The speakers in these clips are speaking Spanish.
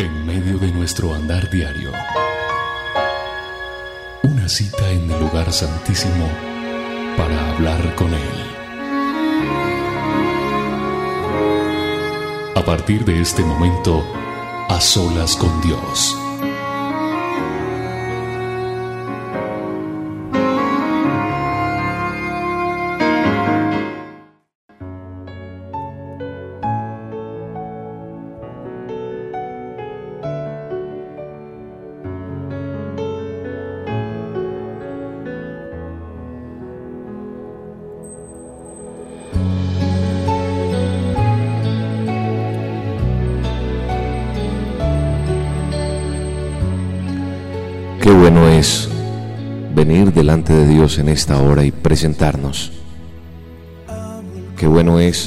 En medio de nuestro andar diario, una cita en el lugar santísimo para hablar con Él. A partir de este momento, a solas con Dios. Qué bueno es venir delante de Dios en esta hora y presentarnos. Qué bueno es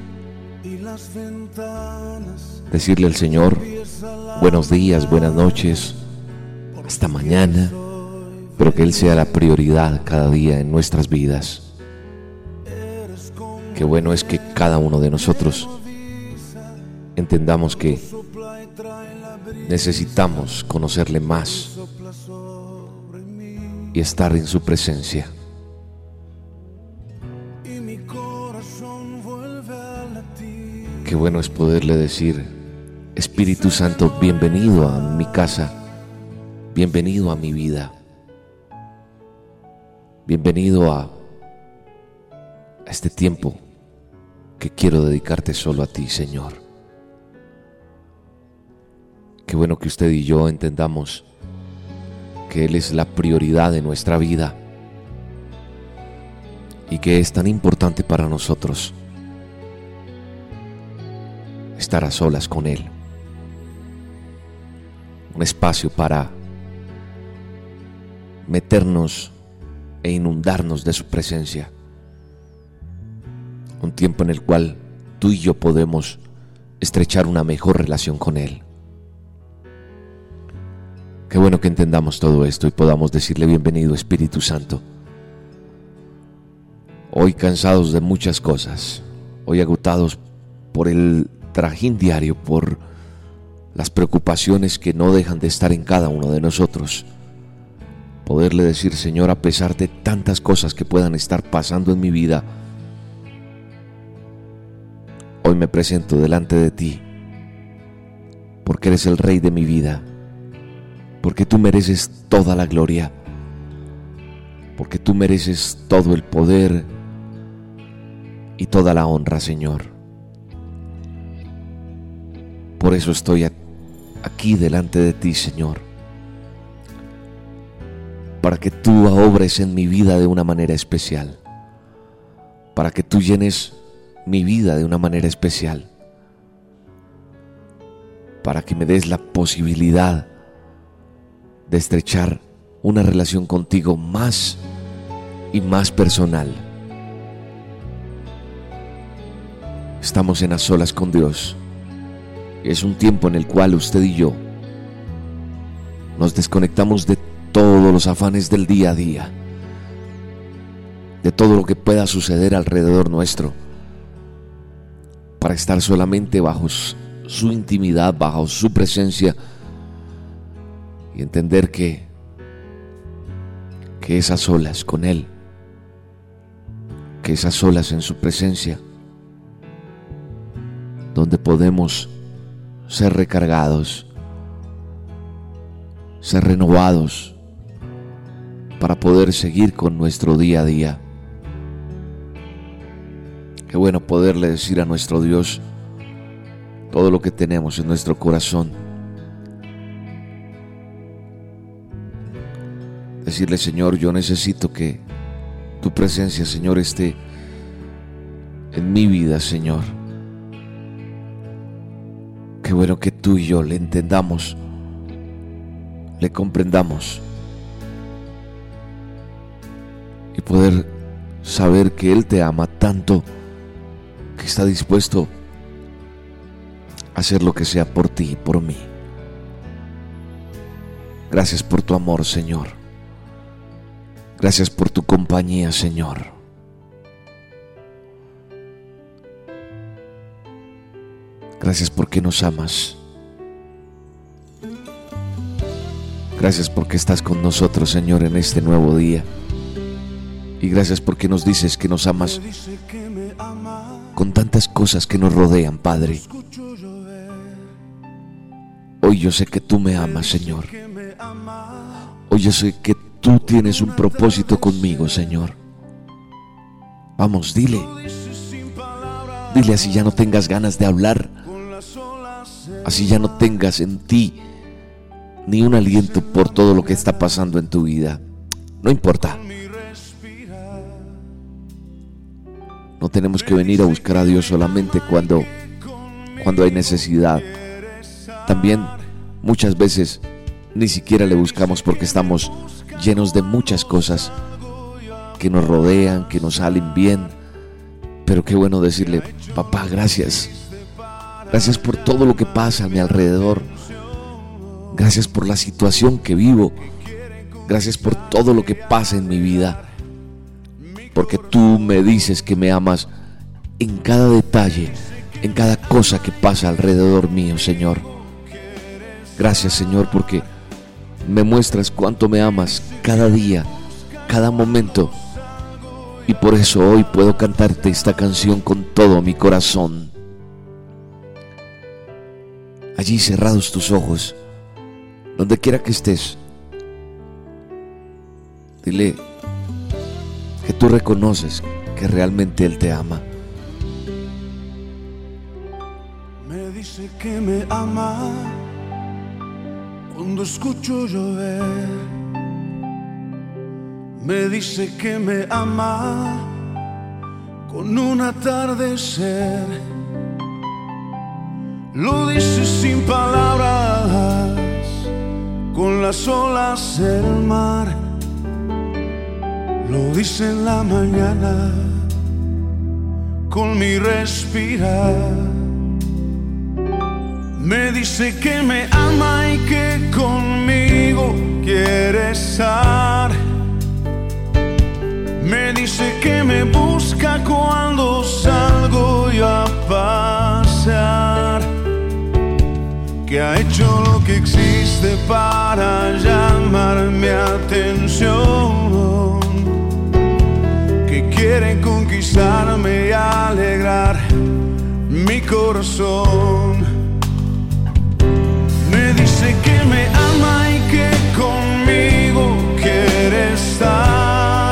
decirle al Señor buenos días, buenas noches, hasta mañana, pero que Él sea la prioridad cada día en nuestras vidas. Qué bueno es que cada uno de nosotros entendamos que necesitamos conocerle más y estar en su presencia. Qué bueno es poderle decir: Espíritu Santo, bienvenido a mi casa, bienvenido a mi vida, bienvenido a este tiempo que quiero dedicarte solo a ti, Señor. Qué bueno que usted y yo entendamos que Él es la prioridad de nuestra vida y que es tan importante para nosotros estar a solas con Él. Un espacio para meternos e inundarnos de su presencia. Un tiempo en el cual tú y yo podemos estrechar una mejor relación con Él. Qué bueno que entendamos todo esto y podamos decirle: bienvenido, Espíritu Santo. Hoy cansados de muchas cosas, hoy agotados por el trajín diario, por las preocupaciones que no dejan de estar en cada uno de nosotros, poderle decir: Señor, a pesar de tantas cosas que puedan estar pasando en mi vida, hoy me presento delante de ti, porque eres el Rey de mi vida, porque tú mereces toda la gloria, porque tú mereces todo el poder y toda la honra, Señor. Por eso estoy aquí delante de ti, Señor, para que tú obres en mi vida de una manera especial, para que tú llenes mi vida de una manera especial, para que me des la posibilidad de estrechar una relación contigo más y más personal. Estamos en a solas con Dios. Es un tiempo en el cual usted y yo nos desconectamos de todos los afanes del día a día, de todo lo que pueda suceder alrededor nuestro, para estar solamente bajo su intimidad, bajo su presencia, y entender que es a solas con Él, que es a solas en su presencia, donde podemos ser recargados, ser renovados para poder seguir con nuestro día a día. Qué bueno poderle decir a nuestro Dios todo lo que tenemos en nuestro corazón. Decirle: Señor, yo necesito que tu presencia, Señor, esté en mi vida, Señor. Qué bueno que tú y yo le entendamos, le comprendamos y poder saber que Él te ama tanto que está dispuesto a hacer lo que sea por ti y por mí. Gracias por tu amor, Señor. Gracias por tu compañía, Señor. Gracias porque nos amas. Gracias porque estás con nosotros, Señor, en este nuevo día. Y gracias porque nos dices que nos amas con tantas cosas que nos rodean, Padre. Hoy yo sé que tú me amas, Señor. Hoy yo sé que tú tienes un propósito conmigo, Señor. Vamos, dile. Dile, así ya no tengas ganas de hablar, así ya no tengas en ti ni un aliento por todo lo que está pasando en tu vida. No importa. No tenemos que venir a buscar a Dios solamente cuando hay necesidad. También muchas veces ni siquiera le buscamos porque estamos llenos de muchas cosas que nos rodean, que nos salen bien. Pero qué bueno decirle: papá, gracias. Gracias por todo lo que pasa a mi alrededor. Gracias por la situación que vivo. Gracias por todo lo que pasa en mi vida. Porque tú me dices que me amas en cada detalle, en cada cosa que pasa alrededor mío, Señor. Gracias, Señor, porque me muestras cuánto me amas cada día, cada momento. Y por eso hoy puedo cantarte esta canción con todo mi corazón. Allí cerrados tus ojos, donde quiera que estés, dile que tú reconoces que realmente Él te ama. Me dice que me ama cuando escucho llover. Me dice que me ama con un atardecer. Lo dice sin palabras, con las olas del mar. Lo dice en la mañana, con mi respirar. Me dice que me ama y que conmigo quiere estar. Me dice que me busca cuando salgo yo a pasear, que ha hecho lo que existe para llamar mi atención, que quiere conquistarme y alegrar mi corazón. Me dice que me ama y que conmigo quiere estar.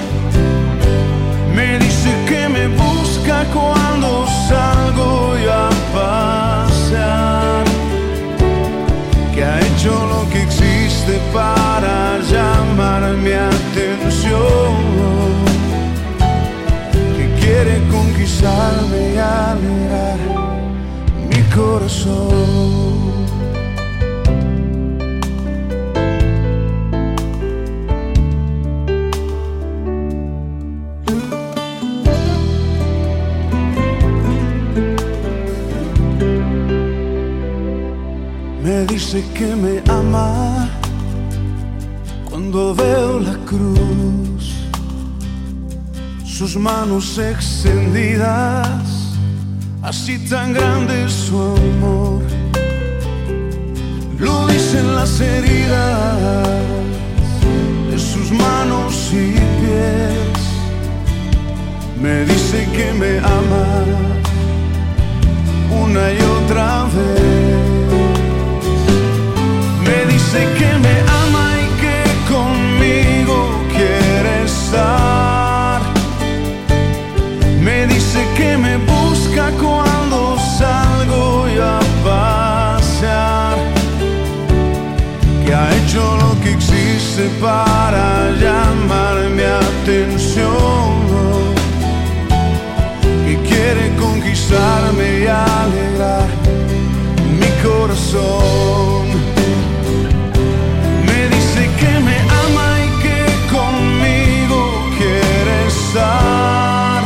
Me dice que me busca cuando salgo yo a pasear, que ha hecho lo que existe para llamar mi atención, que quiere conquistarme y alegrar mi corazón. Me dice que me ama cuando veo la cruz, sus manos extendidas, así tan grande es su amor. Lo dicen las heridas de sus manos y pies. Me dice que me ama una y otra vez. Me dice que me ama y que conmigo quiere estar. Me dice que me busca cuando salgo yo a pasear, que ha hecho lo que existe para llamar mi atención, que quiere conquistarme y alegrar mi corazón. Que me ama y que conmigo quiere estar.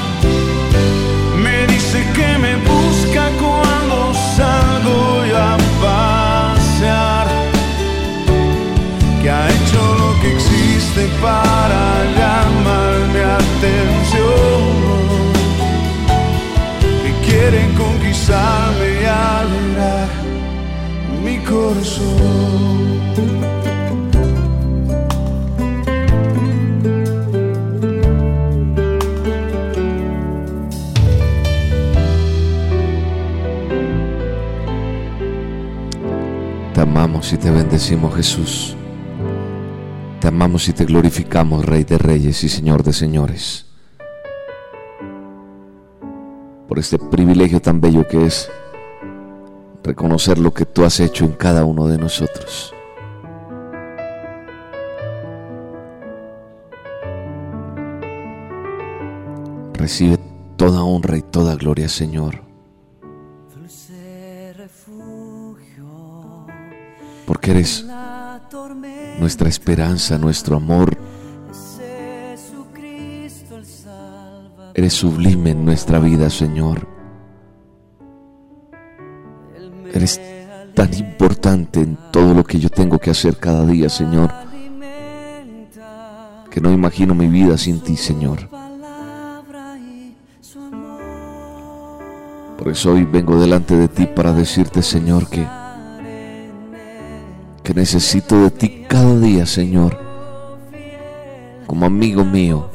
Me dice que me busca cuando salgo yo a pasear, que ha hecho lo que existe para llamar mi atención, que quiere conquistarme y alegrar Te amamos y te bendecimos, Jesús. Te amamos y te glorificamos, Rey de Reyes y Señor de Señores, por este privilegio tan bello que es reconocer lo que tú has hecho en cada uno de nosotros. Recibe toda honra y toda gloria, Señor, porque eres nuestra esperanza, nuestro amor. Eres sublime en nuestra vida, Señor. Eres tan importante en todo lo que yo tengo que hacer cada día, Señor, que no imagino mi vida sin ti, Señor. Por eso hoy vengo delante de ti para decirte, Señor, que necesito de ti cada día, Señor, como amigo mío,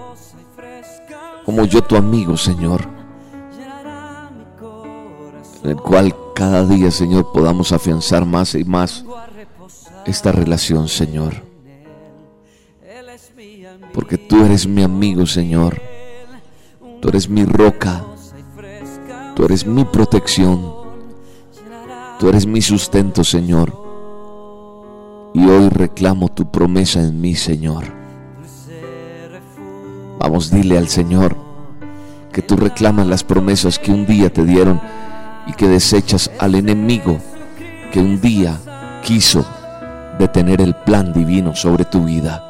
como yo tu amigo, Señor, en el cual cada día, Señor, podamos afianzar más y más esta relación, Señor, porque tú eres mi amigo, Señor. Tú eres mi roca, tú eres mi protección, tú eres mi sustento, Señor. Y hoy reclamo tu promesa en mí, Señor. Vamos, dile al Señor que tú reclamas las promesas que un día te dieron y que desechas al enemigo que un día quiso detener el plan divino sobre tu vida.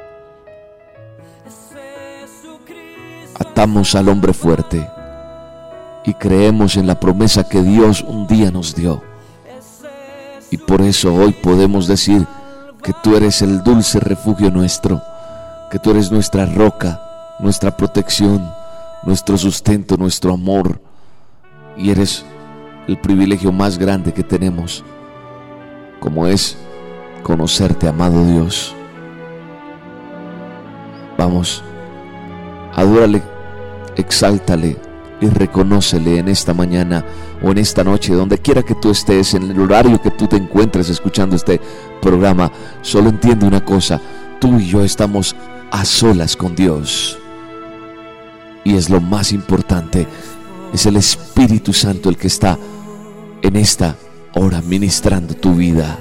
Atamos al hombre fuerte y creemos en la promesa que Dios un día nos dio. Y por eso hoy podemos decir que tú eres el dulce refugio nuestro, que tú eres nuestra roca, nuestra protección, nuestro sustento, nuestro amor, y eres el privilegio más grande que tenemos, como es conocerte, amado Dios. Vamos, adórale, exáltale y reconócele en esta mañana o en esta noche, donde quiera que tú estés, en el horario que tú te encuentres escuchando este programa. Solo entiende una cosa: tú y yo estamos a solas con Dios, y es lo más importante. Es el Espíritu Santo el que está en esta hora ministrando tu vida.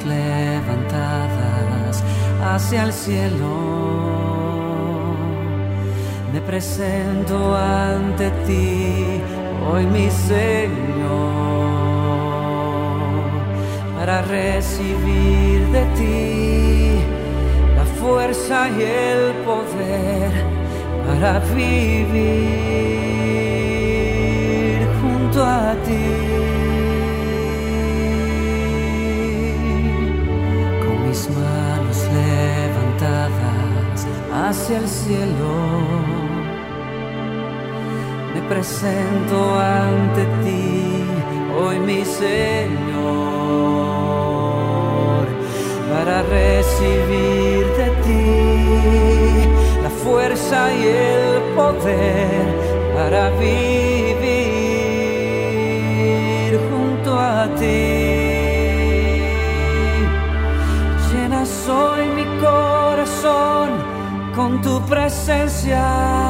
levantadas hacia el cielo. Me presento ante ti hoy, mi Señor, para recibir de ti la fuerza y el poder para vivir junto a ti. Con mis manos levantadas hacia el cielo, me presento ante ti hoy, mi Señor, para recibir de ti la fuerza y el poder para vivir junto a ti. Llenas hoy mi corazón con tu presencia,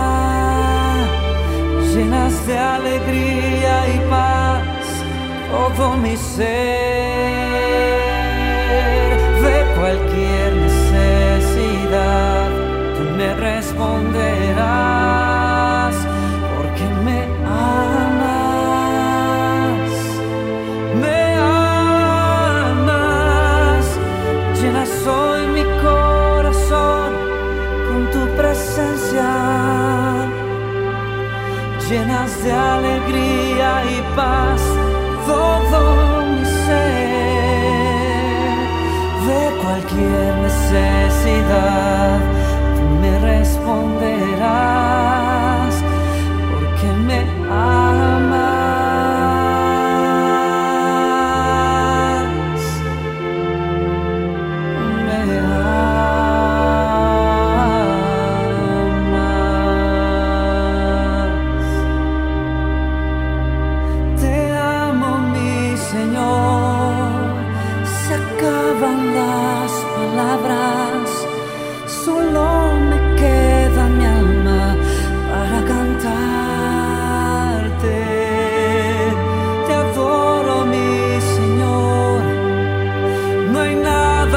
llenas de alegría y paz todo mi ser. De cualquier necesidad tú me responderás, porque me amas, me amas. Llenas hoy mi corazón con tu presencia, llenas de alegría y paz todo mi ser. De cualquier necesidad tú me responderás, porque me amas, me solo me queda mi alma para cantarte. Te adoro, mi Señor, no hay nada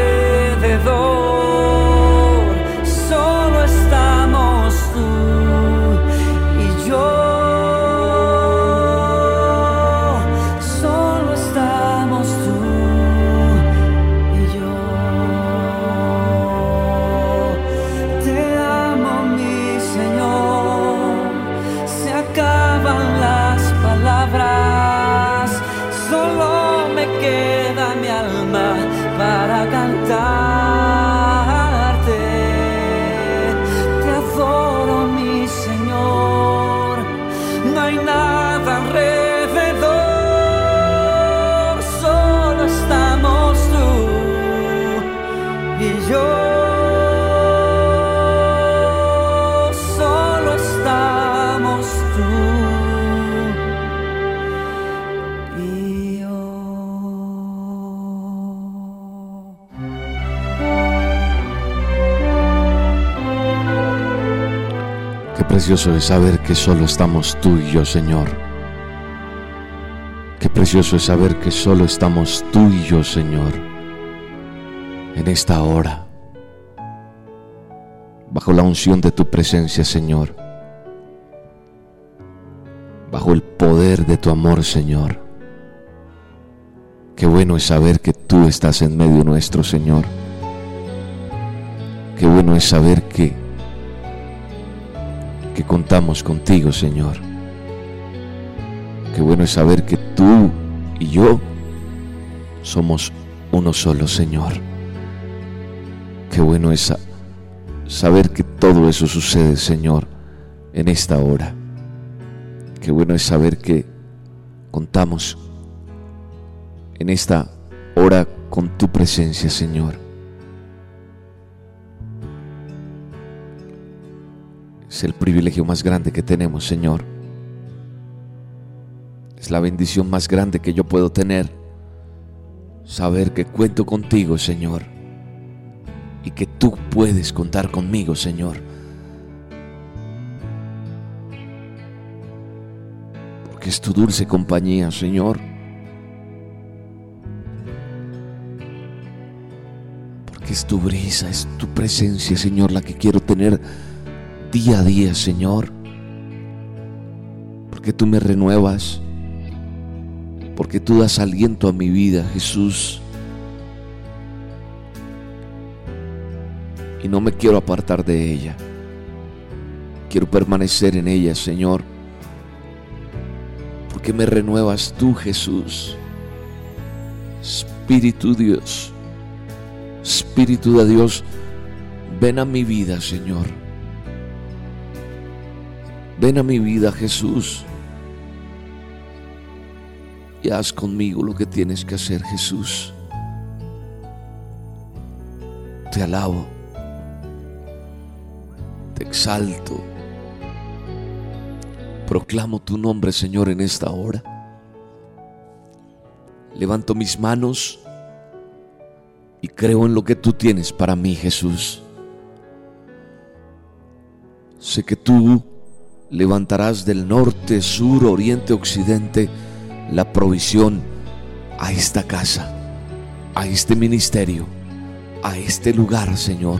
alrededor, solo estamos tú y yo. Solo estamos tú y yo. Solo me queda mi alma para cantarte. Te adoro, mi Señor, no hay nada alrededor, solo estamos tú y yo. Solo estamos tú. Precioso es saber que solo estamos tú y yo, Señor. Qué precioso es saber que solo estamos tú y yo, Señor, en esta hora, bajo la unción de tu presencia, Señor, bajo el poder de tu amor, Señor. Qué bueno es saber que tú estás en medio nuestro, Señor. Qué bueno es saber que contamos contigo, Señor. Qué bueno es saber que tú y yo somos uno solo, Señor. Qué bueno es saber que todo eso sucede, Señor, en esta hora. Qué bueno es saber que contamos en esta hora con tu presencia, Señor. Es el privilegio más grande que tenemos, Señor. Es la bendición más grande que yo puedo tener, saber que cuento contigo, Señor, y que tú puedes contar conmigo, Señor. Porque es tu dulce compañía, Señor. es tu brisa, es tu presencia, Señor, la que quiero tener día a día, Señor. Porque tú me renuevas, porque tú das aliento a mi vida, Jesús. Y no me quiero apartar de ella. Quiero permanecer en ella, Señor, porque me renuevas tú, Jesús. Espíritu Dios, Espíritu de Dios, ven a mi vida, Señor. Ven a mi vida, Jesús, y haz conmigo lo que tienes que hacer, Jesús. Te alabo, te exalto, proclamo tu nombre, Señor, en esta hora. Levanto mis manos y creo en lo que tú tienes para mí, Jesús. Sé que tú levantarás del norte, sur, oriente, occidente la provisión a esta casa, a este ministerio, a este lugar, Señor.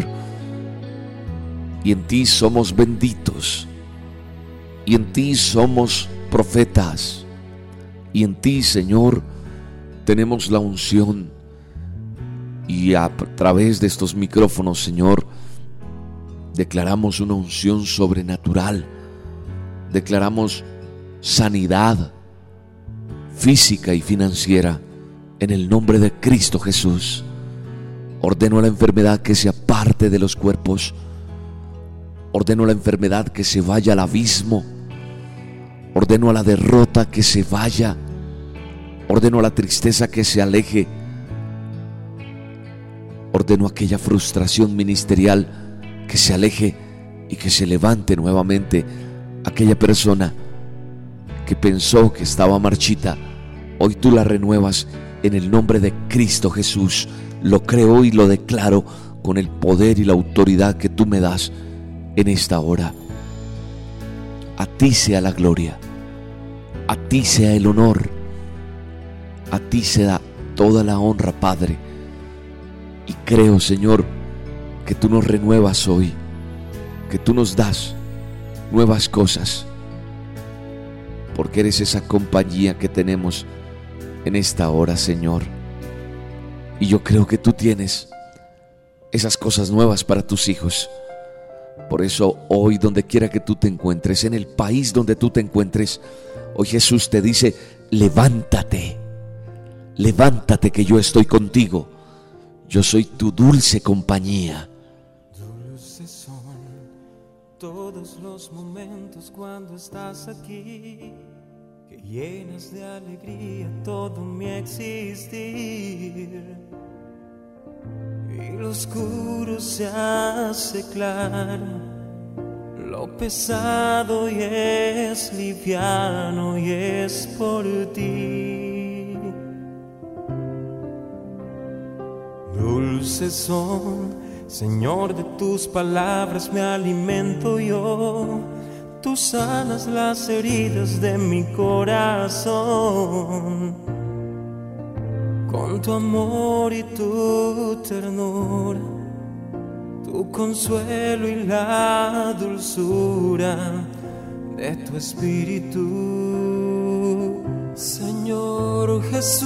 Y en ti somos benditos, y en ti somos profetas, y en ti, Señor, tenemos la unción. Y a través de estos micrófonos, Señor, declaramos una unción sobrenatural. Declaramos sanidad física y financiera en el nombre de Cristo Jesús. Ordeno a la enfermedad que se aparte de los cuerpos. Ordeno a la enfermedad que se vaya al abismo. Ordeno a la derrota que se vaya. Ordeno a la tristeza que se aleje. Ordeno a aquella frustración ministerial que se aleje y que se levante nuevamente. Aquella persona que pensó que estaba marchita, hoy tú la renuevas en el nombre de Cristo Jesús. Lo creo y lo declaro con el poder y la autoridad que tú me das en esta hora. A ti sea la gloria, a ti sea el honor, a ti sea toda la honra, Padre. Y creo, Señor, que tú nos renuevas hoy, que tú nos das nuevas cosas, porque eres esa compañía que tenemos en esta hora, Señor. Y yo creo que tú tienes esas cosas nuevas para tus hijos. Por eso hoy, donde quiera que tú te encuentres, en el país donde tú te encuentres, hoy Jesús te dice: levántate, levántate, que yo estoy contigo. Yo soy tu dulce compañía. Dulces son todos los momentos cuando estás aquí, que llenas de alegría todo mi existir. Y lo oscuro se hace claro, lo pesado y es liviano, y es por ti. Dulces son, Señor, de tus palabras me alimento yo. Tú sanas las heridas de mi corazón. Con tu amor y tu ternura, tu consuelo y la dulzura de tu espíritu. Señor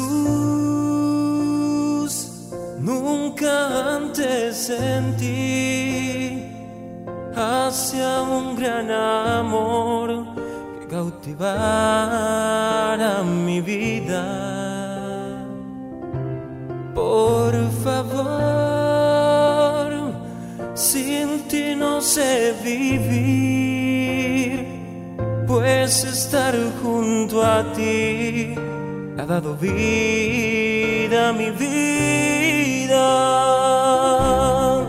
Jesús, nunca antes sentí hacia un gran amor que cautivara mi vida. Por favor, sin ti no sé vivir, pues estar junto a ti ha dado vida a mi vida.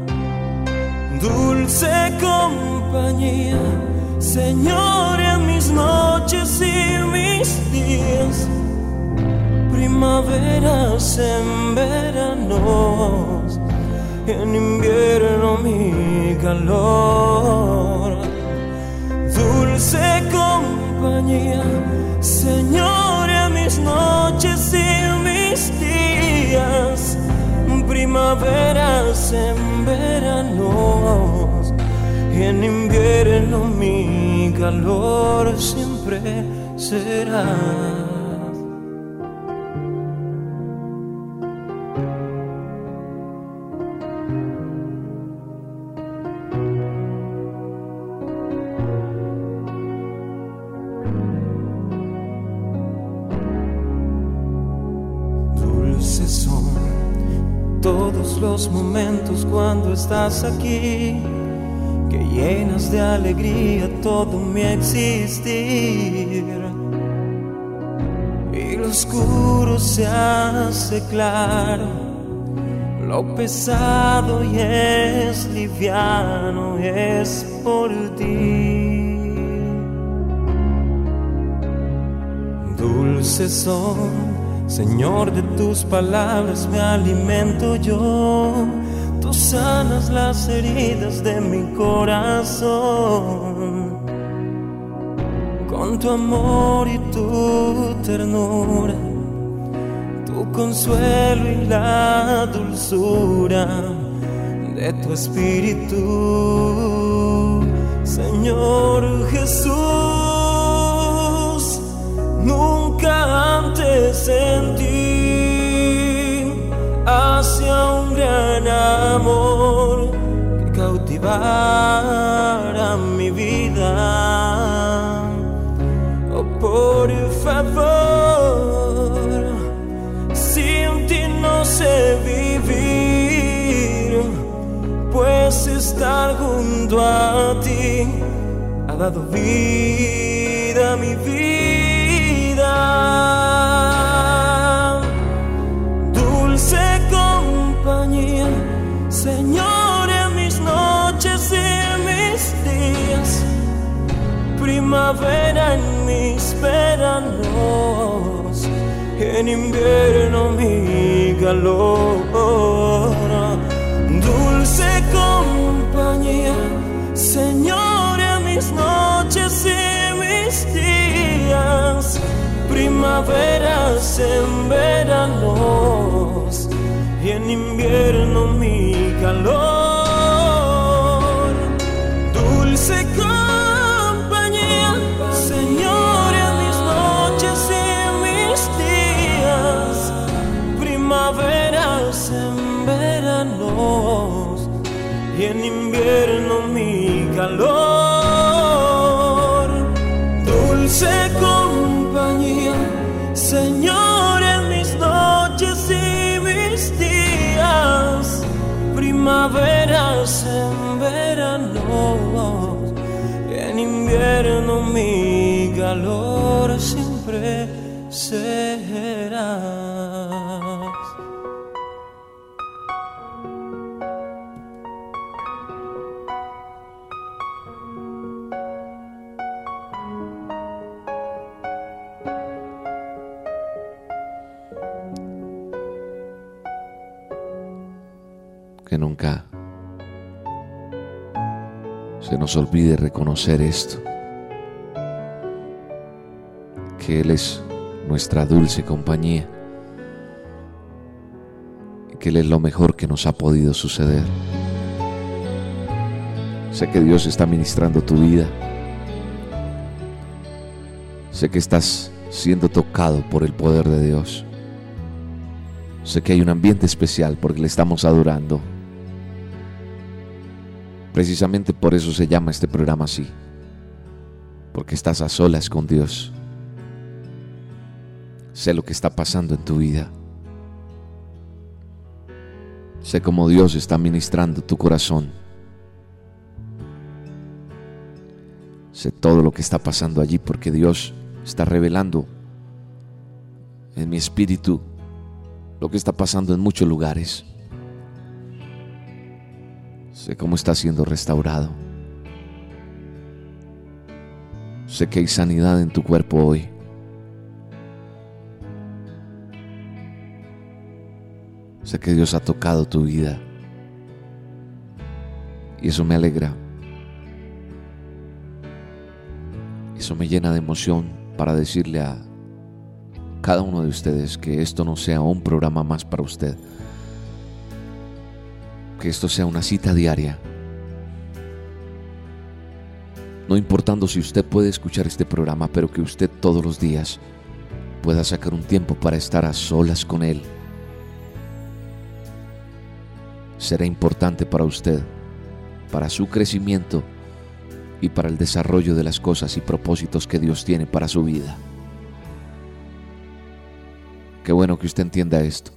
Dulce compañía, Señor, en mis noches y mis días, primaveras en veranos, en invierno mi calor. Dulce compañía, Señor, en mis noches y mis días, primaveras en veranos, y en invierno mi calor siempre serás. Dulces son todos los momentos cuando estás aquí, que llenas de alegría todo mi existir, y lo oscuro se hace claro, lo pesado y es liviano, es por ti. Dulces son, Señor, de tus palabras me alimento yo. Tú sanas las heridas de mi corazón, con tu amor y tu ternura, tu consuelo y la dulzura de tu espíritu. Señor Jesús, nunca antes sentí hacia un gran amor que cautivara mi vida. Oh, por favor, sin ti no sé vivir, pues estar junto a ti ha dado vida a mi vida. Dulce compañía, Señor, en mis noches y mis días, primavera en mis veranos, en invierno mi calor. Dulce compañía, Señor, en mis noches y mis días, primaveras en veranos, y en invierno mi calor. Dulce compañía, Señor, en mis noches y mis días, primaveras en veranos, y en invierno mi calor. Dulce compañía, Señor, en mis noches y mis días, primaveras en verano, en invierno mi calor siempre serás. Que nunca se nos olvide reconocer esto, que Él es nuestra dulce compañía y que Él es lo mejor que nos ha podido suceder. Sé que Dios está ministrando tu vida, sé que estás siendo tocado por el poder de Dios, sé que hay un ambiente especial porque le estamos adorando. Precisamente por eso se llama este programa así, porque estás a solas con Dios. Sé lo que está pasando en tu vida. Sé cómo Dios está ministrando tu corazón. Sé todo lo que está pasando allí porque Dios está revelando en mi espíritu lo que está pasando en muchos lugares. Sé cómo está siendo restaurado. Sé que hay sanidad en tu cuerpo hoy. Sé que Dios ha tocado tu vida. Y eso me alegra. Eso me llena de emoción para decirle a cada uno de ustedes que esto no sea un programa más para usted, que esto sea una cita diaria. No importando si usted puede escuchar este programa, pero que usted todos los días pueda sacar un tiempo para estar a solas con Él. Será importante para usted, para su crecimiento y para el desarrollo de las cosas y propósitos que Dios tiene para su vida. Qué bueno que usted entienda esto.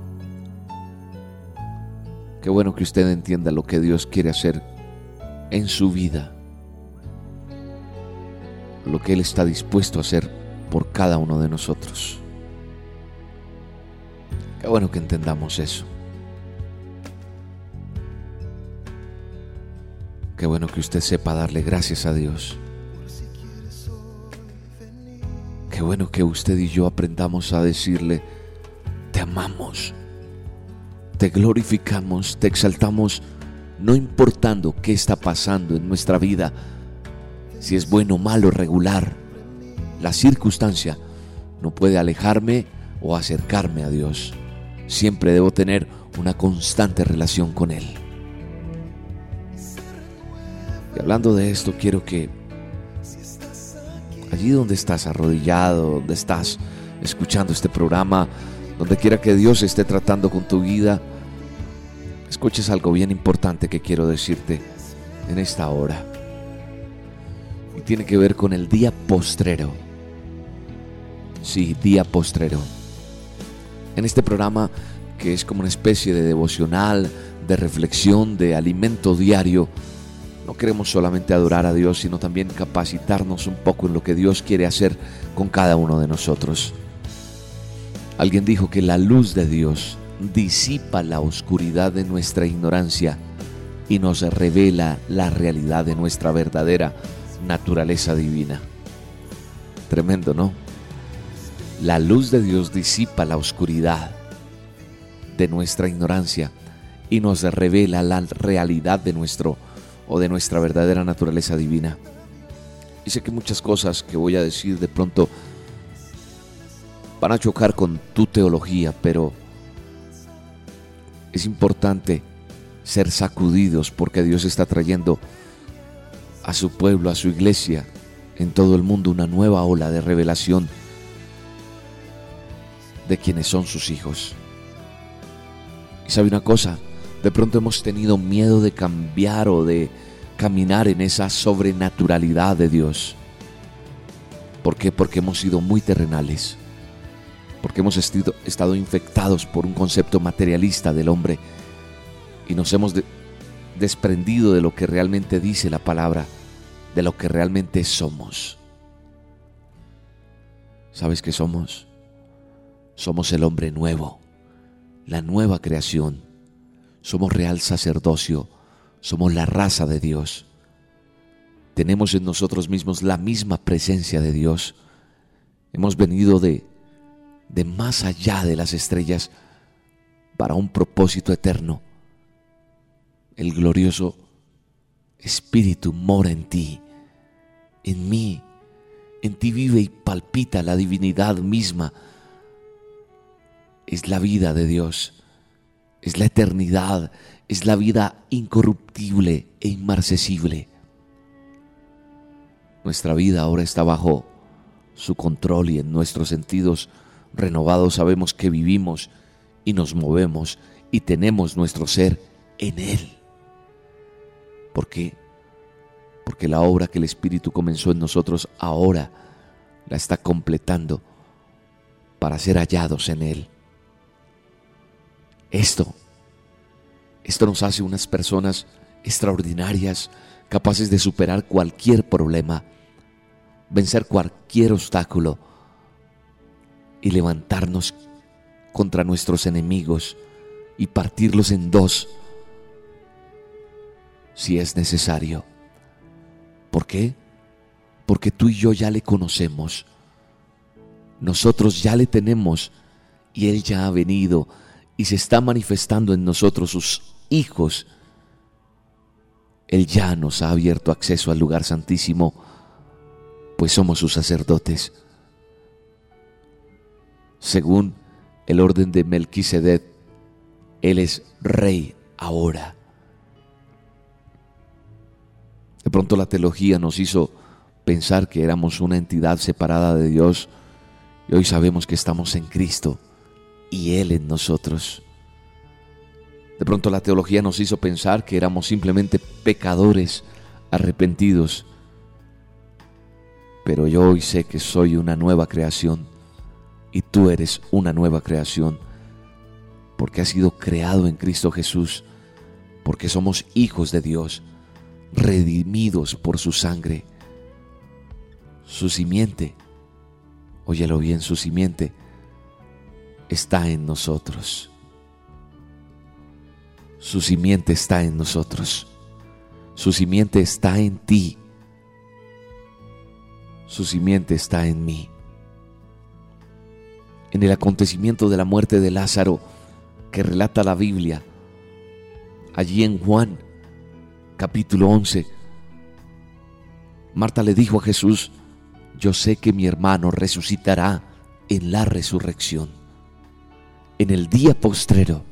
Qué bueno que usted entienda lo que Dios quiere hacer en su vida, lo que Él está dispuesto a hacer por cada uno de nosotros. Qué bueno que entendamos eso. Qué bueno que usted sepa darle gracias a Dios. Qué bueno que usted y yo aprendamos a decirle: te amamos, te glorificamos, te exaltamos, no importando qué está pasando en nuestra vida, si es bueno, malo, regular. La circunstancia no puede alejarme o acercarme a Dios. Siempre debo tener una constante relación con Él. Y hablando de esto, quiero que allí donde estás arrodillado, donde estás escuchando este programa, donde quiera que Dios esté tratando con tu vida, escuches algo bien importante que quiero decirte en esta hora. Y tiene que ver con el día postrero. Sí, día postrero. En este programa, que es como una especie de devocional, de reflexión, de alimento diario, no queremos solamente adorar a Dios, sino también capacitarnos un poco en lo que Dios quiere hacer con cada uno de nosotros. Alguien dijo que la luz de Dios disipa la oscuridad de nuestra ignorancia y nos revela la realidad de nuestra verdadera naturaleza divina. Tremendo, ¿no? La luz de Dios disipa la oscuridad de nuestra ignorancia y nos revela la realidad de nuestra verdadera naturaleza divina. Y sé que muchas cosas que voy a decir de pronto van a chocar con tu teología, pero es importante ser sacudidos porque Dios está trayendo a su pueblo, a su iglesia en todo el mundo una nueva ola de revelación de quienes son sus hijos. Y sabe una cosa, de pronto hemos tenido miedo de cambiar o de caminar en esa sobrenaturalidad de Dios. ¿Por qué? Porque hemos sido muy terrenales, porque hemos estado infectados por un concepto materialista del hombre y nos hemos desprendido de lo que realmente dice la palabra, de lo que realmente somos. ¿Sabes qué somos? Somos el hombre nuevo, la nueva creación. Somos real sacerdocio, somos la raza de Dios. Tenemos en nosotros mismos la misma presencia de Dios. Hemos venido de más allá de las estrellas para un propósito eterno. El glorioso Espíritu mora en ti, en mí. En ti vive y palpita la divinidad misma. Es la vida de Dios. Es la eternidad, es la vida incorruptible e inmarcesible. Nuestra vida ahora está bajo su control y en nuestros sentidos renovados sabemos que vivimos y nos movemos y tenemos nuestro ser en Él. ¿Por qué? Porque la obra que el Espíritu comenzó en nosotros ahora la está completando para ser hallados en Él. Esto nos hace unas personas extraordinarias, capaces de superar cualquier problema, vencer cualquier obstáculo y levantarnos contra nuestros enemigos y partirlos en dos si es necesario. ¿Por qué? Porque tú y yo ya le conocemos. Nosotros ya le tenemos y Él ya ha venido y se está manifestando en nosotros, sus hijos. Él ya nos ha abierto acceso al lugar santísimo, pues somos sus sacerdotes. Según el orden de Melquisedec, Él es rey ahora. pronto la teología nos hizo pensar que éramos una entidad separada de Dios, y hoy sabemos que estamos en Cristo y Él en nosotros. De pronto la teología nos hizo pensar que éramos simplemente pecadores arrepentidos, pero yo hoy sé que soy una nueva creación y tú eres una nueva creación, porque has sido creado en Cristo Jesús, porque somos hijos de Dios, redimidos por su sangre. Su simiente, óyelo bien, su simiente está en nosotros. Su simiente está en nosotros. Su simiente está en ti. Su simiente está en mí. En el acontecimiento de la muerte de Lázaro que relata la Biblia, allí en Juan capítulo 11, Marta le dijo a Jesús: yo sé que mi hermano resucitará en la resurrección, en el día postrero.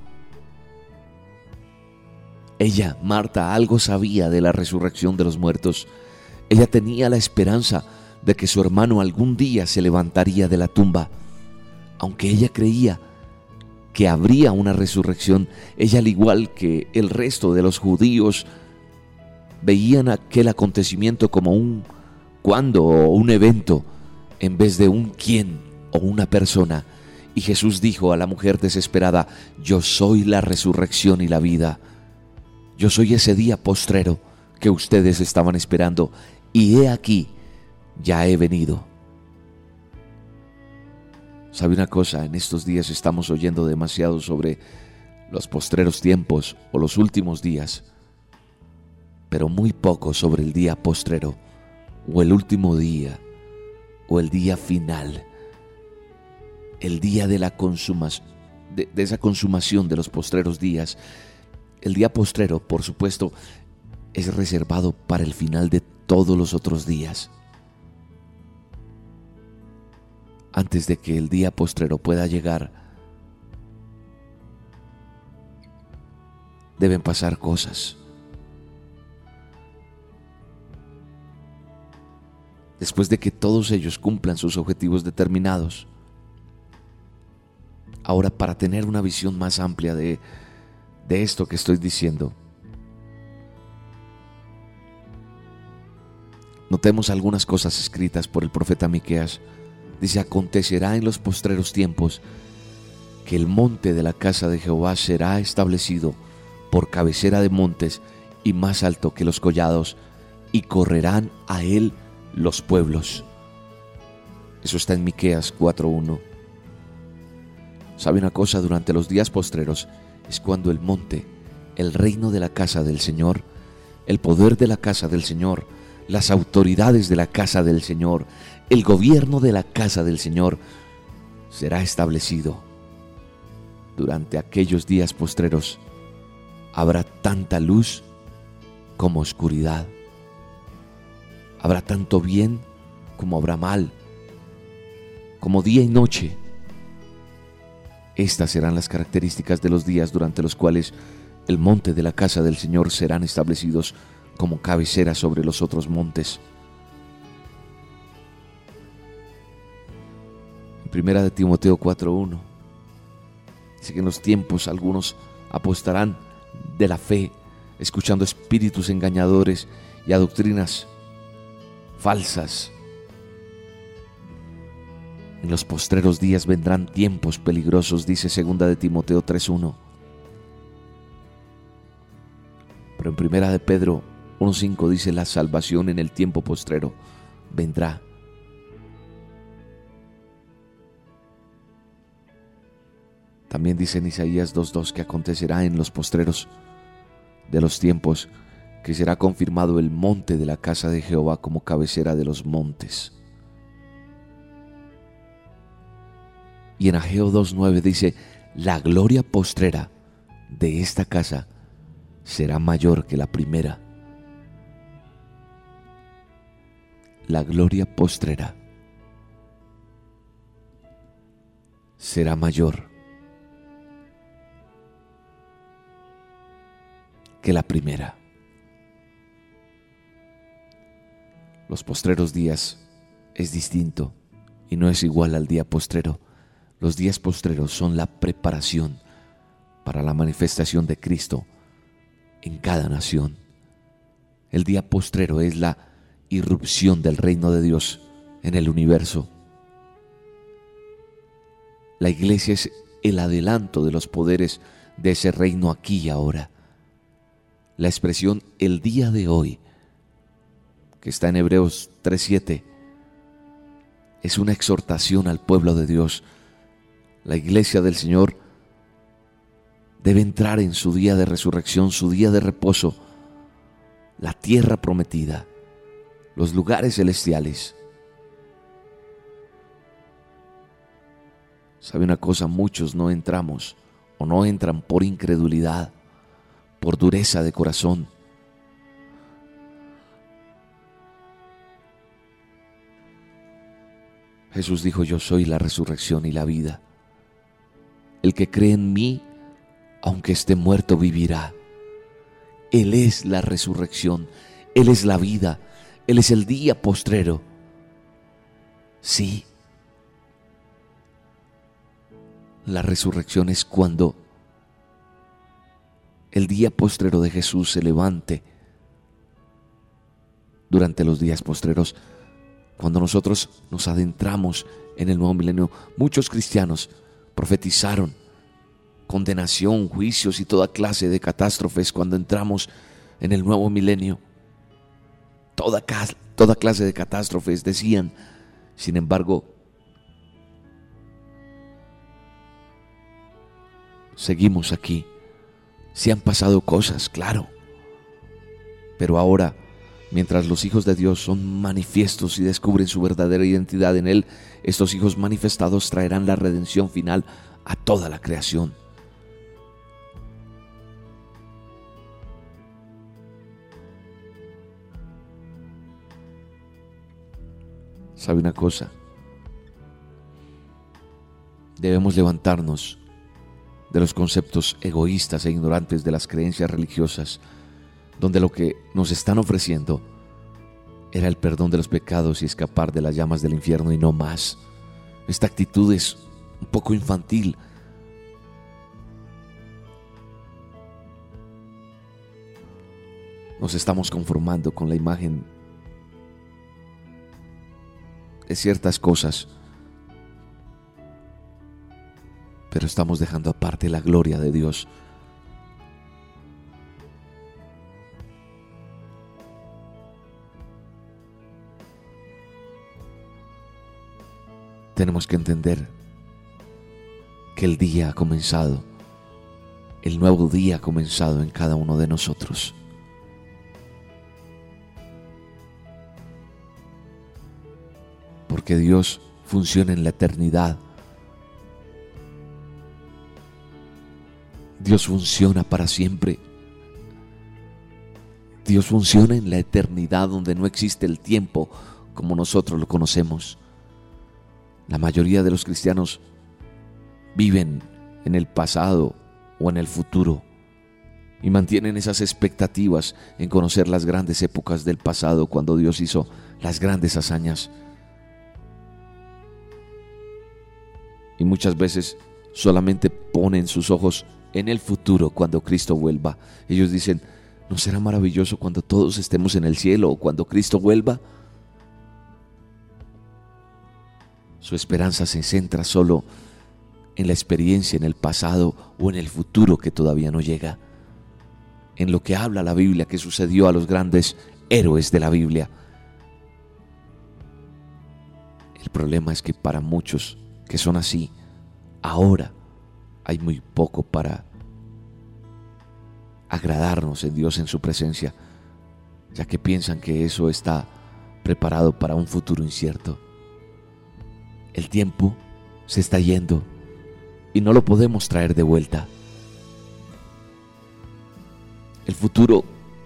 Ella, Marta, algo sabía de la resurrección de los muertos. Ella tenía la esperanza de que su hermano algún día se levantaría de la tumba. Aunque ella creía que habría una resurrección, ella, al igual que el resto de los judíos, veían aquel acontecimiento como un cuándo o un evento en vez de un quién o una persona. Y Jesús dijo a la mujer desesperada: yo soy la resurrección y la vida. Yo soy ese día postrero que ustedes estaban esperando, y he aquí, ya he venido. ¿Sabe una cosa? En estos días estamos oyendo demasiado sobre los postreros tiempos o los últimos días, pero muy poco sobre el día postrero, o el último día, o el día final, el día de la consumación, de esa consumación de los postreros días. El día postrero, por supuesto, es reservado para el final de todos los otros días. Antes de que el día postrero pueda llegar, deben pasar cosas. Después de que todos ellos cumplan sus objetivos determinados. Ahora, para tener una visión más amplia de esto que estoy diciendo, notemos algunas cosas escritas por el profeta Miqueas. Dice: acontecerá en los postreros tiempos que el monte de la casa de Jehová será establecido por cabecera de montes y más alto que los collados, y correrán a él los pueblos. Eso está en Miqueas 4:1. ¿Sabe una cosa? Durante los días postreros es cuando el monte, el reino de la casa del Señor, el poder de la casa del Señor, las autoridades de la casa del Señor, el gobierno de la casa del Señor será establecido. Durante aquellos días postreros habrá tanta luz como oscuridad. Habrá tanto bien como habrá mal, como día y noche. Estas serán las características de los días durante los cuales el monte de la casa del Señor serán establecidos como cabecera sobre los otros montes. En 1 de Timoteo 4:1 dice que en los tiempos algunos apostarán de la fe, escuchando espíritus engañadores y a doctrinas falsas. En los postreros días vendrán tiempos peligrosos, dice 2 de Timoteo 3:1. Pero en 1 de Pedro 1:5 dice: la salvación en el tiempo postrero vendrá. También dice en Isaías 2:2 que acontecerá en los postreros de los tiempos que será confirmado el monte de la casa de Jehová como cabecera de los montes. Y en Ageo 2:9 dice: la gloria postrera de esta casa será mayor que la primera. La gloria postrera será mayor que la primera. Los postreros días es distinto y no es igual al día postrero. Los días postreros son la preparación para la manifestación de Cristo en cada nación. El día postrero es la irrupción del reino de Dios en el universo. La iglesia es el adelanto de los poderes de ese reino aquí y ahora. La expresión el día de hoy, que está en Hebreos 3:7, es una exhortación al pueblo de Dios. La iglesia del Señor debe entrar en su día de resurrección, su día de reposo, la tierra prometida, los lugares celestiales. ¿Sabe una cosa? Muchos no entramos o no entran por incredulidad, por dureza de corazón. Jesús dijo: yo soy la resurrección y la vida. El que cree en mí, aunque esté muerto, vivirá. Él es la resurrección, Él es la vida, Él es el día postrero. Sí, la resurrección es cuando el día postrero de Jesús se levante. Durante los días postreros, cuando nosotros nos adentramos en el nuevo milenio, muchos cristianos profetizaron condenación, juicios y toda clase de catástrofes cuando entramos en el nuevo milenio. Toda clase de catástrofes decían. Sin embargo, seguimos aquí. Sí han pasado cosas, claro, pero ahora, mientras los hijos de Dios son manifiestos y descubren su verdadera identidad en Él, estos hijos manifestados traerán la redención final a toda la creación. ¿Sabe una cosa? Debemos levantarnos de los conceptos egoístas e ignorantes de las creencias religiosas, donde lo que nos están ofreciendo era el perdón de los pecados y escapar de las llamas del infierno y no más. Esta actitud es un poco infantil. Nos estamos conformando con la imagen de ciertas cosas, pero estamos dejando aparte la gloria de Dios. Tenemos que entender que el día ha comenzado, el nuevo día ha comenzado en cada uno de nosotros. Porque Dios funciona en la eternidad. Dios funciona para siempre. Dios funciona en la eternidad, donde no existe el tiempo como nosotros lo conocemos. La mayoría de los cristianos viven en el pasado o en el futuro y mantienen esas expectativas en conocer las grandes épocas del pasado, cuando Dios hizo las grandes hazañas. Y muchas veces solamente ponen sus ojos en el futuro, cuando Cristo vuelva. Ellos dicen: ¿no será maravilloso cuando todos estemos en el cielo o cuando Cristo vuelva? Su esperanza se centra solo en la experiencia, en el pasado o en el futuro que todavía no llega. En lo que habla la Biblia que sucedió a los grandes héroes de la Biblia. El problema es que para muchos que son así, ahora hay muy poco para agradarnos en Dios, en su presencia, ya que piensan que eso está preparado para un futuro incierto. El tiempo se está yendo y no lo podemos traer de vuelta. El futuro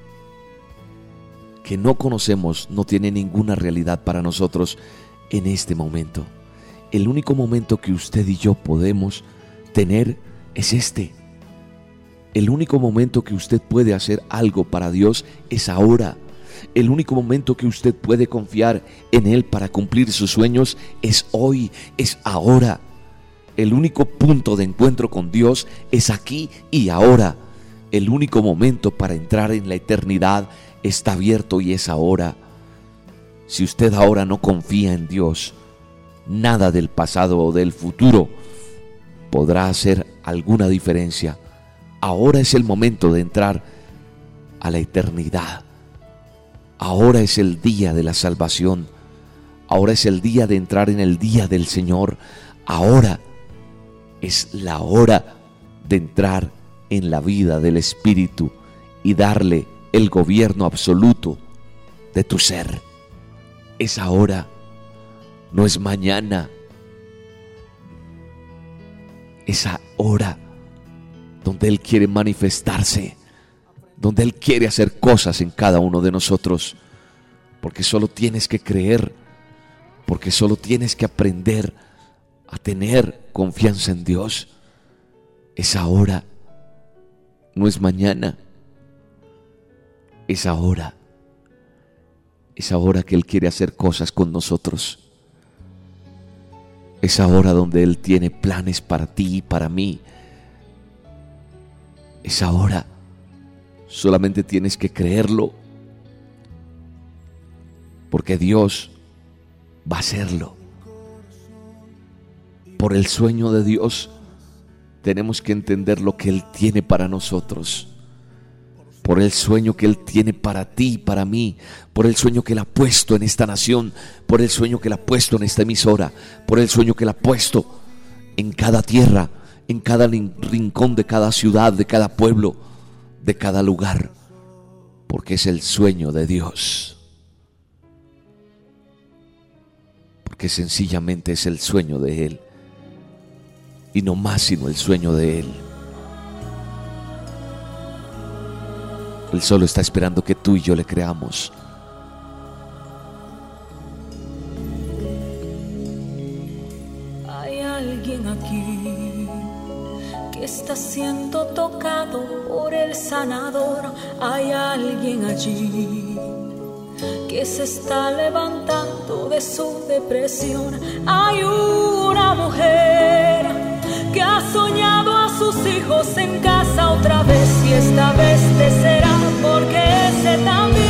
que no conocemos no tiene ninguna realidad para nosotros en este momento. El único momento que usted y yo podemos tener es este. El único momento que usted puede hacer algo para Dios es ahora. El único momento que usted puede confiar en Él para cumplir sus sueños es hoy, es ahora. El único punto de encuentro con Dios es aquí y ahora. El único momento para entrar en la eternidad está abierto y es ahora. Si usted ahora no confía en Dios, nada del pasado o del futuro podrá hacer alguna diferencia. Ahora es el momento de entrar a la eternidad. Ahora es el día de la salvación. Ahora es el día de entrar en el día del Señor. Ahora es la hora de entrar en la vida del Espíritu y darle el gobierno absoluto de tu ser. Es ahora, no es mañana. Es ahora donde Él quiere manifestarse, donde Él quiere hacer cosas en cada uno de nosotros, porque solo tienes que creer, porque solo tienes que aprender a tener confianza en Dios. Es ahora, no es mañana, es ahora. Es ahora que Él quiere hacer cosas con nosotros. Es ahora donde Él tiene planes para ti y para mí. Es ahora. Solamente tienes que creerlo, porque Dios va a hacerlo. Por el sueño de Dios tenemos que entender lo que Él tiene para nosotros. Por el sueño que Él tiene para ti y para mí, por el sueño que Él ha puesto en esta nación, por el sueño que Él ha puesto en esta emisora, por el sueño que Él ha puesto en cada tierra, en cada rincón de cada ciudad, de cada pueblo, de cada lugar, porque es el sueño de Dios, porque sencillamente es el sueño de Él, y no más sino el sueño de Él. Él solo está esperando que tú y yo le creamos. Hay alguien aquí que está siendo tocado por el sanador. Hay alguien allí que se está levantando de su depresión. Hay una mujer que ha soñado a sus hijos en casa otra vez, y esta vez te será, porque ese también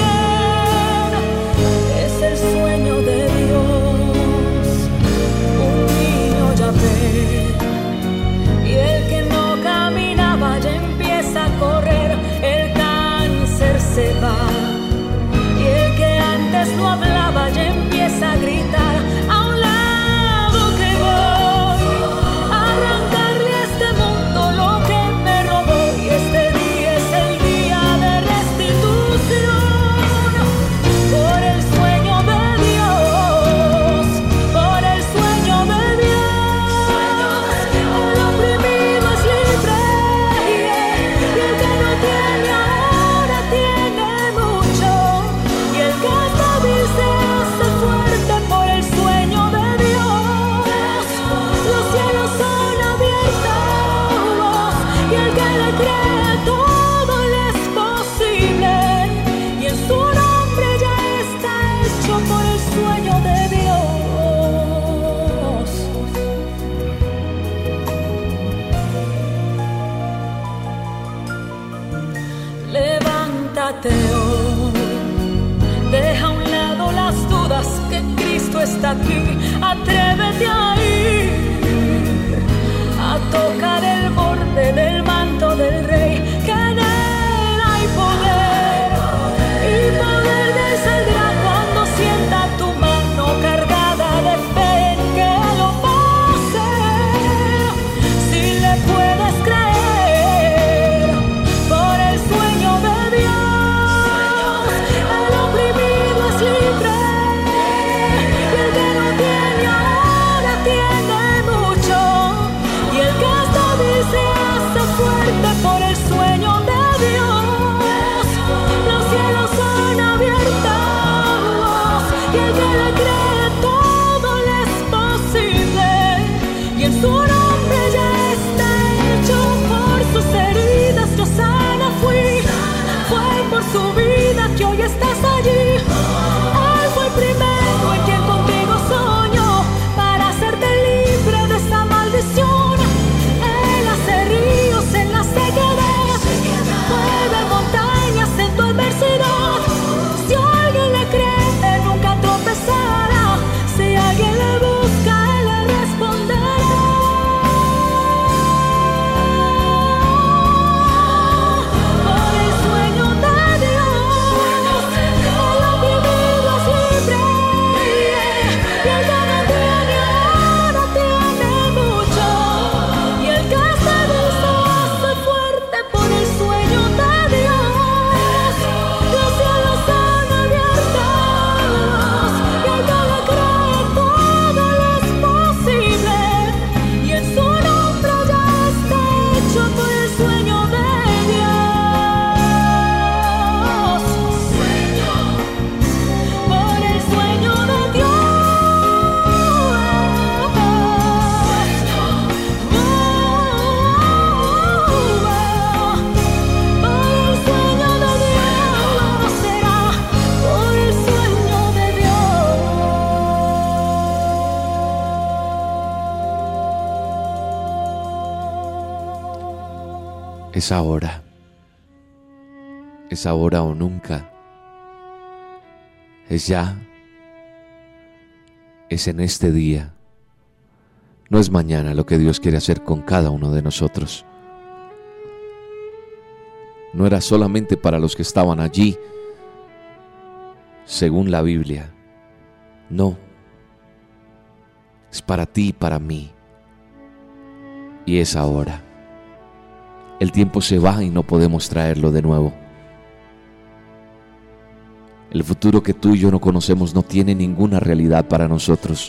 es el sueño de Dios. Un niño ya ve, y el que no caminaba ya empieza a correr. El cáncer se va, y el que antes no hablaba ya empieza a gritar. A un lado que voy a arrancarle a este mundo lo que me robó, y este día es el día de restitución. Por el sueño de Dios, por el sueño de Dios, el oprimido es libre, y el que no tiene ahora tiene mucho, y el que está débil se hace fuerte por el sueño de Dios. Los cielos son abiertos, y el que le cree todo le es posible, y en su nombre ya está hecho por el sueño de Dios. Levántate hoy, deja a un lado las dudas, que Cristo está aquí. Atrévete a ir a tocar el borde del manto del Rey, que en Él hay poder, y poder de Él saldrá cuando sienta tu mano cargada de fe en que lo va a hacer. Si le puedes creer, por el sueño de Dios, el oprimido es libre, y el que no tiene ahora tiene Es ahora. Es ahora o nunca. Es ya. Es en este día. No es mañana lo que Dios quiere hacer con cada uno de nosotros. No era solamente para los que estaban allí, según la Biblia. No. Es para ti y para mí. Y es ahora. El tiempo se va y no podemos traerlo de nuevo. El futuro que tú y yo no conocemos no tiene ninguna realidad para nosotros.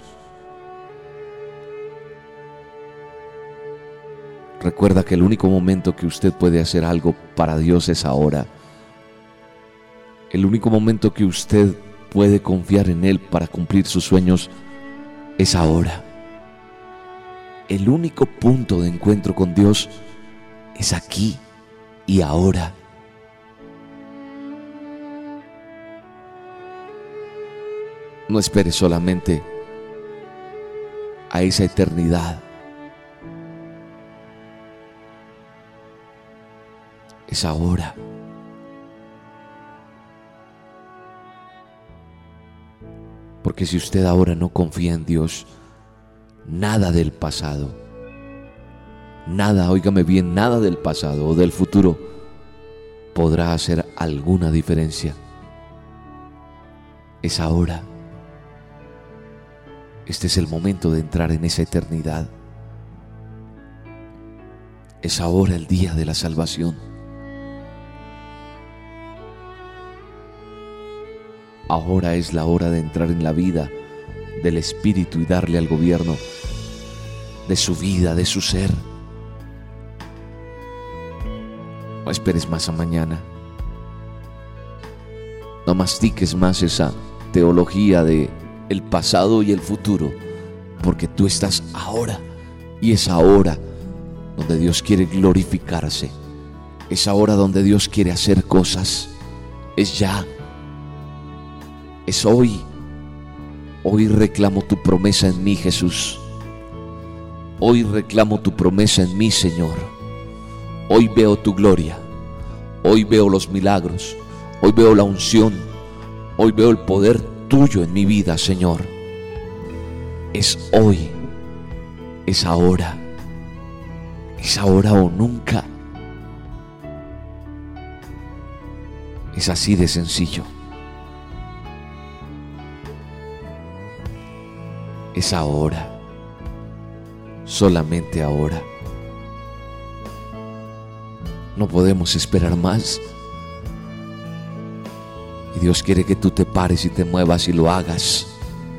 Recuerda que el único momento que usted puede hacer algo para Dios es ahora. El único momento que usted puede confiar en Él para cumplir sus sueños es ahora. El único punto de encuentro con Dios es aquí y ahora. No esperes solamente a esa eternidad. Es ahora. Porque si usted ahora no confía en Dios, nada del pasado, nada, óigame bien, nada del pasado o del futuro podrá hacer alguna diferencia. Es ahora. Este es el momento de entrar en esa eternidad. Es ahora el día de la salvación. Ahora es la hora de entrar en la vida del Espíritu y darle al gobierno de su vida, de su ser. No esperes más a mañana. No mastiques más esa teología de el pasado y el futuro, porque tú estás ahora, y es ahora donde Dios quiere glorificarse. Es ahora donde Dios quiere hacer cosas. Es ya. Es hoy. Hoy reclamo tu promesa en mí, Jesús. Hoy reclamo tu promesa en mí, Señor. Hoy veo tu gloria. Hoy veo los milagros. Hoy veo la unción. Hoy veo el poder tuyo en mi vida, Señor. Es hoy. Es ahora. Es ahora o nunca. Es así de sencillo. Es ahora. Solamente ahora. No podemos esperar más. Y Dios quiere que tú te pares y te muevas y lo hagas.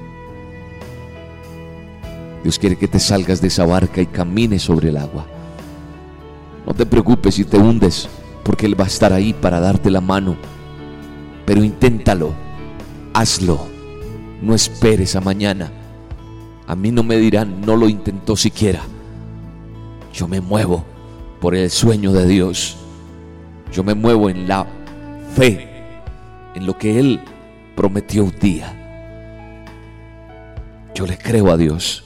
Dios quiere que te salgas de esa barca y camines sobre el agua. No te preocupes si te hundes, porque Él va a estar ahí para darte la mano. Pero inténtalo, hazlo. No esperes a mañana. A mí no me dirán, no lo intentó siquiera. Yo me muevo por el sueño de Dios. Yo me muevo en la fe, en lo que Él prometió un día. Yo le creo a Dios.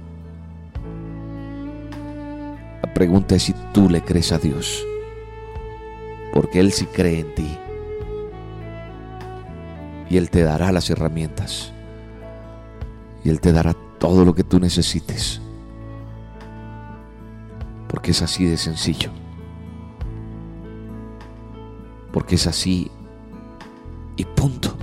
La pregunta es si tú le crees a Dios, porque Él sí cree en ti. Y Él te dará las herramientas. Y Él te dará todo lo que tú necesites. Porque es así de sencillo. Porque es así y punto.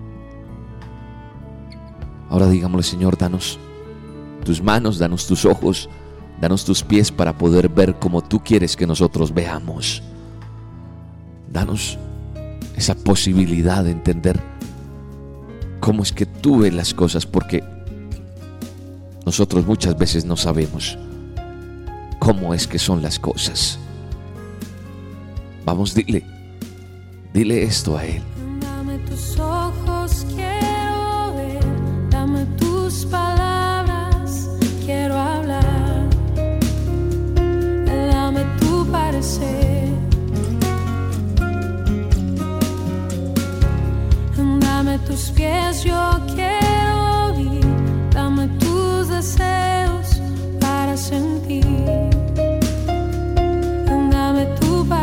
Ahora digámosle, Señor, danos tus manos, danos tus ojos, danos tus pies para poder ver como tú quieres que nosotros veamos. Danos esa posibilidad de entender cómo es que tú ves las cosas, porque nosotros muchas veces no sabemos cómo es que son las cosas. Vamos, dile esto a Él. Dame tus ojos, quiero ver. Dame tus palabras, quiero hablar. Dame tu parecer. Dame tus pies, yo quiero ir. Dame tus deseos para sentir. Dame tu parecer.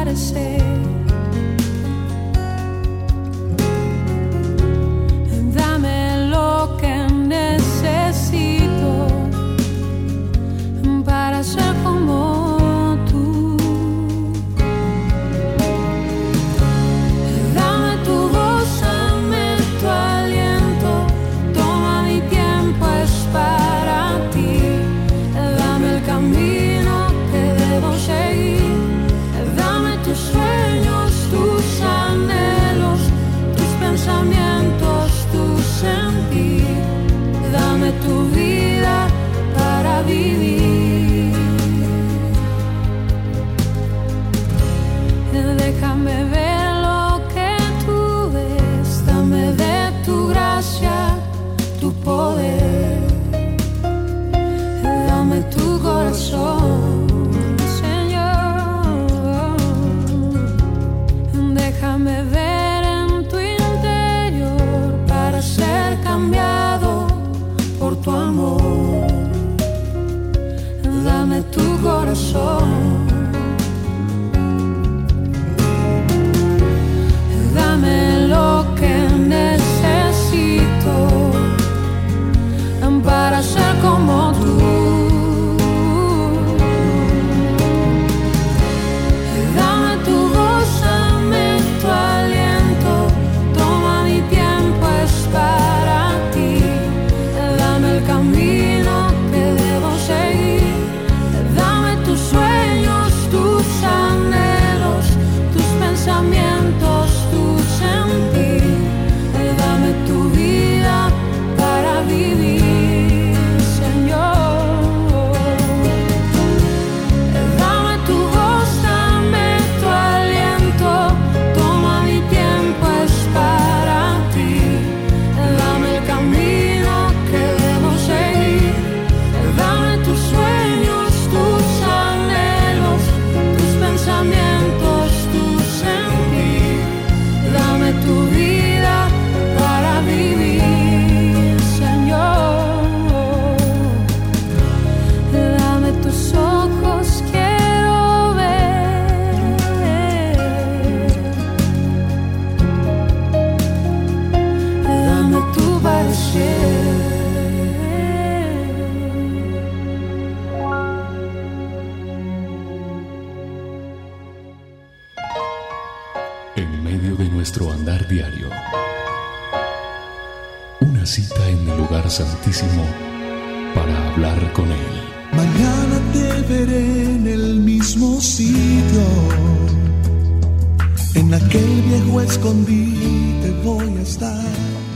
En medio de nuestro andar diario, una cita en el lugar santísimo para hablar con Él. Mañana te veré en el mismo sitio, en aquel viejo escondite voy a estar.